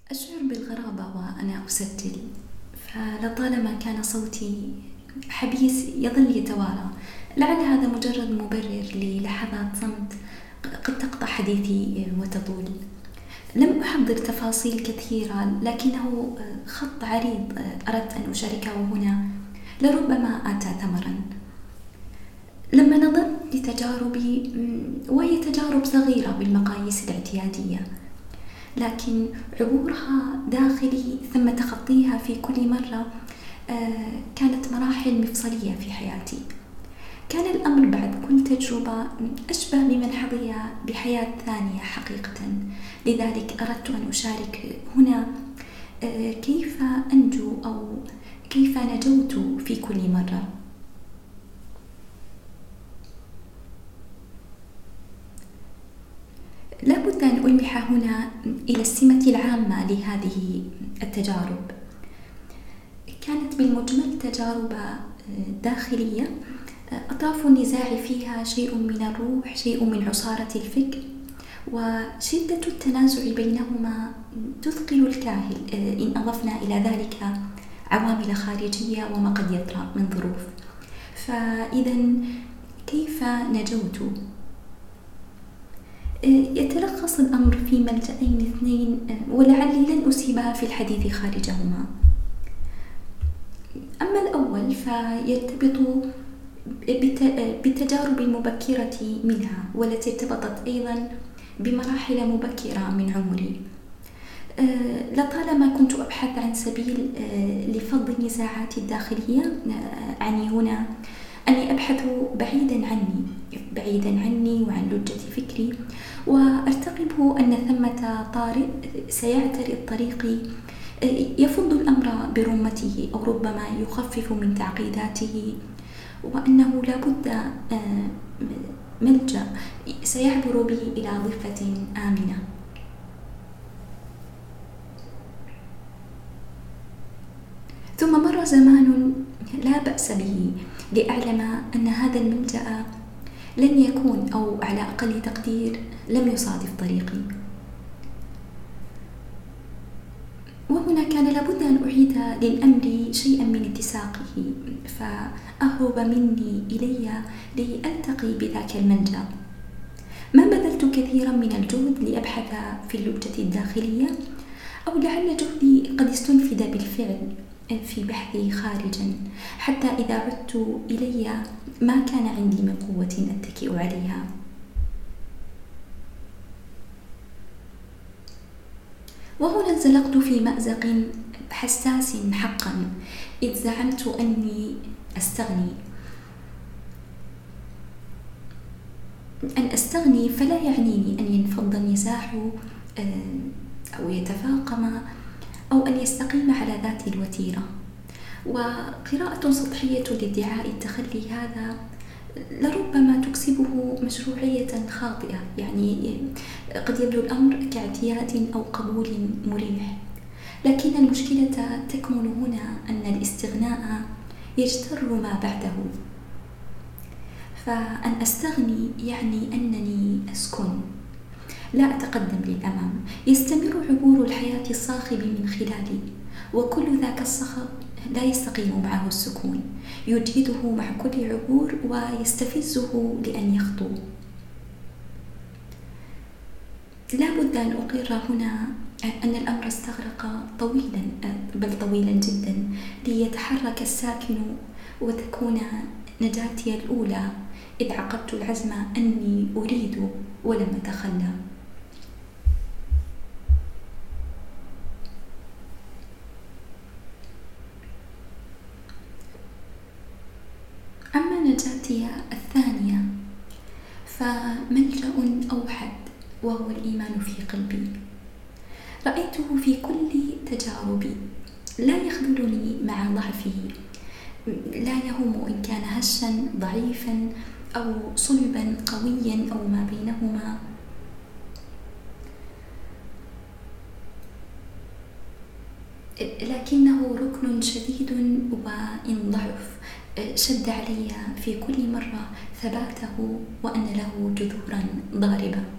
أشعر بالغرابة وأنا أسجل، فلطالما كان صوتي حبيس يظل يتوارى. لعل هذا مجرد مبرر للحظات صمت قد تقطع حديثي وتطول. لم أحضر تفاصيل كثيرة، لكنه خط عريض أردت أن أشاركه هنا، لربما آتى ثمرا. لما نظرت لتجاربي، وهي تجارب صغيرة بالمقاييس الاعتيادية، لكن عبورها داخلي ثم تخطيها في كل مرة كانت مراحل مفصلية في حياتي. كان الأمر بعد كل تجربة أشبه بمن حظي بحياة ثانية حقيقة. لذلك أردت أن أشارك هنا كيف أنجو أو كيف نجوت في كل مرة. لا بد أن ألمح هنا إلى السمة العامة لهذه التجارب. كانت بالمجمل تجارب داخلية، أطراف النزاع فيها شيء من الروح، شيء من عصارة الفكر، وشدة التنازع بينهما تثقل الكاهل إن أضفنا إلى ذلك عوامل خارجية وما قد يطرأ من ظروف. فإذا كيف نجوت؟ يتلخص الأمر في ملجأين اثنين، ولعلي لن أسيبها في الحديث خارجهما. أما الأول فيرتبط بالتجارب المبكرة منها، والتي ارتبطت أيضا بمراحل مبكرة من عمري. لطالما كنت أبحث عن سبيل لفض النزاعات الداخلية، أعني هنا أني أبحث بعيدا عني وعن لجة فكري، وأرتقب أن ثمة طارئ سيعترض طريقي يفض الأمر برمته، أو ربما يخفف من تعقيداته، وأنه لا بد ملجأ سيعبر بي إلى ضفة آمنة. ثم مر زمان لا بأس به لأعلم أن هذا الملجأ لن يكون، أو على أقل تقدير لم يصادف طريقي. وهنا كان لابد أن أعيد للأمر شيئا من اتساقه، فأهرب مني إلي لألتقي بذاك الملجأ. ما بذلت كثيرا من الجهد لأبحث في اللجة الداخلية، أو لعل جهدي قد استنفد بالفعل في بحثي خارجا، حتى إذا عدت إلي ما كان عندي من قوة أتكئ عليها. وهنا انزلقت في مأزق حساس حقا، إذ زعمت أني أستغني فلا يعنيني أن ينفض النزاع أو يتفاقم أو أن يستقيم على ذات الوتيرة. وقراءة سطحية لادعاء التخلي هذا لربما تكسبه مشروعية خاطئة، يعني قد يبدو الأمر كاعتياد أو قبول مريح، لكن المشكلة تكمن هنا أن الاستغناء يجتر ما بعده. فأن أستغني يعني أنني أسكن، لا أتقدم للأمام. يستمر عبور الحياة الصاخب من خلالي، وكل ذاك الصخب لا يستقيم معه السكون، يجهده مع كل عبور ويستفزه لأن يخطو. لا بد أن أقر هنا أن الأمر استغرق طويلا جدا ليتحرك الساكن وتكون نجاتي الأولى، إذ عقدت العزم أني أريد ولم أتخلى. أما نجاتي الثانية فملجأ أوحد، وهو الإيمان في قلبي. رأيته في كل تجاربي، لا يخذلني مع ضعفه، لا يهم إن كان هشا ضعيفا أو صلبا قويا أو ما بينهما. لكنه ركن شديد، وإن ضعف شد علي في كل مرة ثباته وأن له جذورا ضاربة.